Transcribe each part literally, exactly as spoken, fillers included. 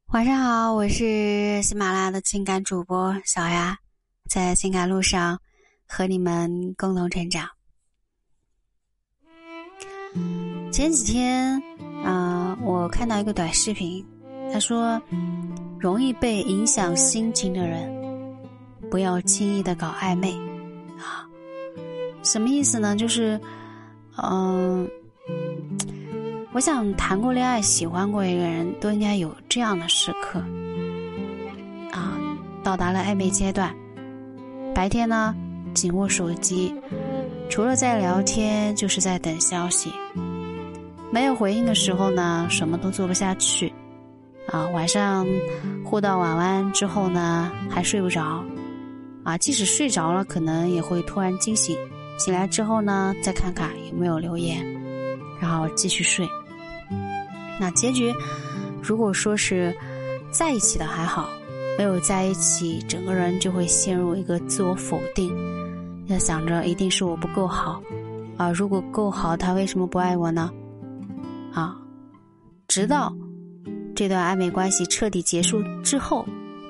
晚上好，我是喜马拉雅的情感主播小丫，在情感路上和你们共同成长。前几天呃，我看到一个短视频，他说容易被影响心情的人不要轻易的搞暧昧啊，什么意思呢？就是嗯、呃我想谈过恋爱喜欢过一个人都应该有这样的时刻啊，到达了暧昧阶段，白天呢紧握手机，除了在聊天就是在等消息，没有回应的时候呢什么都做不下去啊，晚上互道晚安之后呢还睡不着啊，即使睡着了可能也会突然惊醒，醒来之后呢再看看有没有留言，然后继续睡。那结局如果说是在一起的还好，没有在一起整个人就会陷入一个自我否定，要想着一定是我不够好啊，如果够好他为什么不爱我呢啊，直到这段暧昧关系彻底结束之后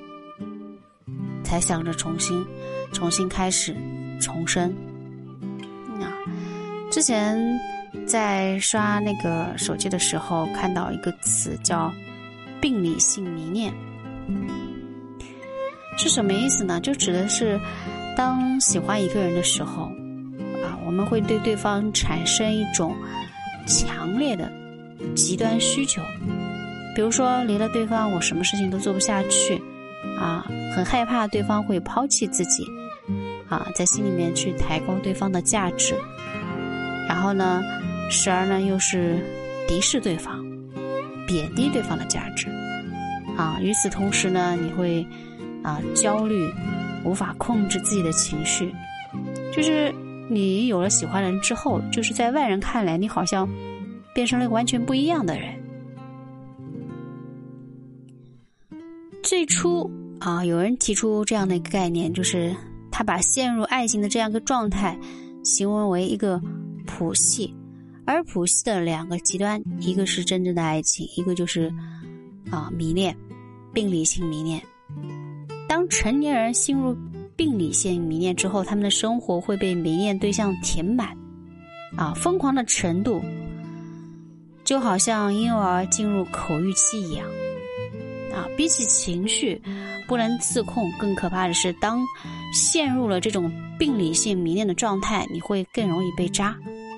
才想着重新重新开始重生啊。之前在刷那个手机的时候看到一个词叫病理性迷恋，是什么意思呢？就指的是当喜欢一个人的时候啊，我们会对对方产生一种强烈的极端需求，比如说离了对方我什么事情都做不下去啊，很害怕对方会抛弃自己啊，在心里面去抬高对方的价值，然后呢时而呢又是敌视对方，贬低对方的价值啊，与此同时呢你会啊焦虑，无法控制自己的情绪，就是你有了喜欢的人之后，就是在外人看来你好像变成了完全不一样的人。最初啊有人提出这样的一个概念，就是他把陷入爱情的这样一个状态形容为一个谱系，而谱系的两个极端，一个是真正的爱情，一个就是啊迷恋，病理性迷恋。当成年人陷入病理性迷恋之后，他们的生活会被迷恋对象填满啊，疯狂的程度就好像婴儿进入口欲期一样啊。比起情绪不能自控，更可怕的是当陷入了这种病理性迷恋的状态，你会更容易被渣，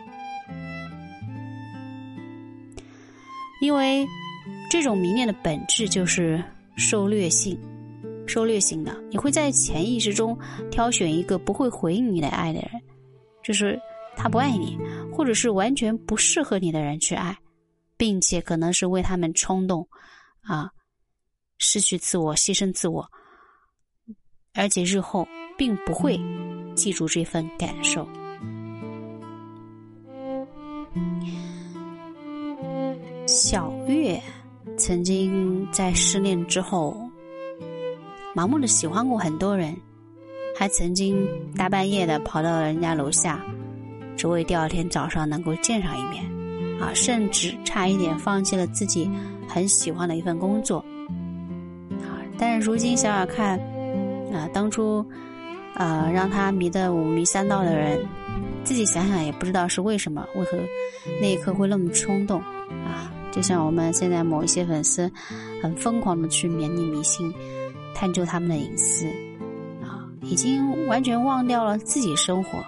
因为这种迷恋的本质就是受虐性受虐性的，你会在潜意识中挑选一个不会回应你的爱的人，就是他不爱你，或者是完全不适合你的人去爱，并且可能是为他们冲动啊，失去自我，牺牲自我，而且日后并不会记住这份感受。小月曾经在失恋之后盲目的喜欢过很多人，还曾经大半夜的跑到人家楼下，只为第二天早上能够见上一面啊，甚至差一点放弃了自己很喜欢的一份工作啊。但是如今想想看啊，当初呃让他迷得五迷三道的人，自己想想也不知道是为什么，为何那一刻会那么冲动啊。就像我们现在某一些粉丝很疯狂的去勉励迷信，探究他们的隐私啊，已经完全忘掉了自己生活。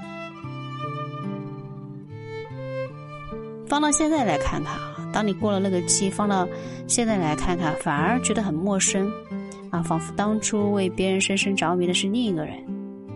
放到现在来看看啊，当你过了那个期，放到现在来看看，反而觉得很陌生啊，仿佛当初为别人深深着迷的是另一个人。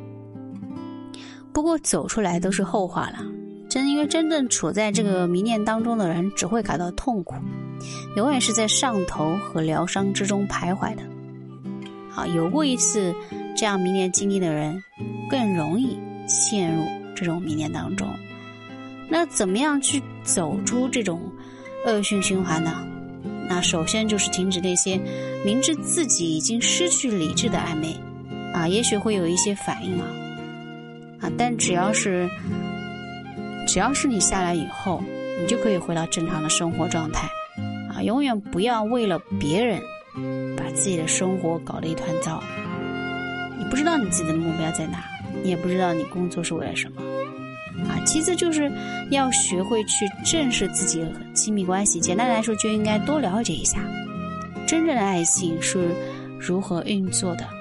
不过走出来都是后话了，真因为真正处在这个迷恋当中的人只会感到痛苦，永远是在上头和疗伤之中徘徊的啊，有过一次这样迷恋经历的人更容易陷入这种迷恋当中。那怎么样去走出这种恶性循环呢？那首先就是停止那些明知自己已经失去理智的暧昧啊，也许会有一些反应啊啊，但只要是只要是你下来以后，你就可以回到正常的生活状态啊，永远不要为了别人把自己的生活搞得一团糟。你不知道你自己的目标在哪，你也不知道你工作是为了什么啊。其次就是要学会去正视自己的亲密关系，简单来说就应该多了解一下真正的爱情是如何运作的。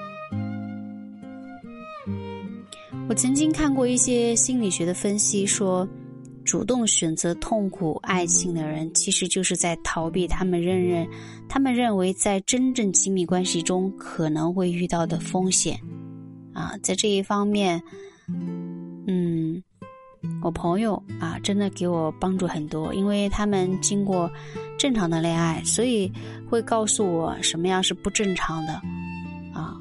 我曾经看过一些心理学的分析，说主动选择痛苦爱情的人，其实就是在逃避他们认认他们认为在真正亲密关系中可能会遇到的风险啊。在这一方面，嗯，我朋友啊，真的给我帮助很多，因为他们经过正常的恋爱，所以会告诉我什么样是不正常的啊。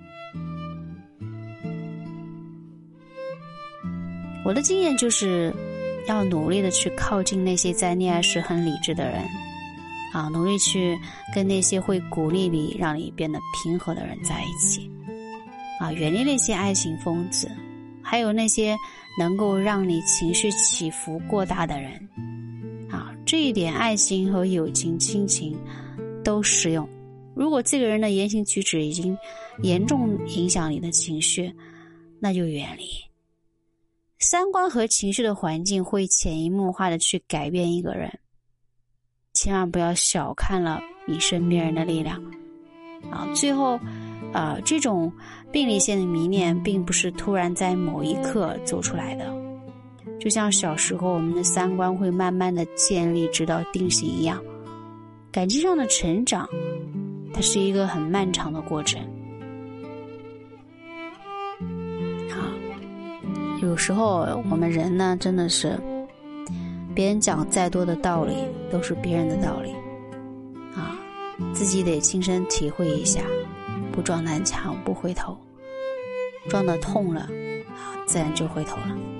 我的经验就是要努力的去靠近那些在恋爱时很理智的人啊，努力去跟那些会鼓励你让你变得平和的人在一起啊，远离那些爱情疯子，还有那些能够让你情绪起伏过大的人啊。这一点爱情和友情亲情都适用。如果这个人的言行举止已经严重影响你的情绪，那就远离。三观和情绪的环境会潜移默化的去改变一个人，千万不要小看了你身边人的力量啊！最后啊，这种病理性的迷恋并不是突然在某一刻走出来的，就像小时候我们的三观会慢慢的建立直到定型一样，感情上的成长它是一个很漫长的过程。有时候我们人呢，真的是别人讲再多的道理都是别人的道理啊，自己得亲身体会一下，不撞南墙不回头，撞得痛了啊，自然就回头了。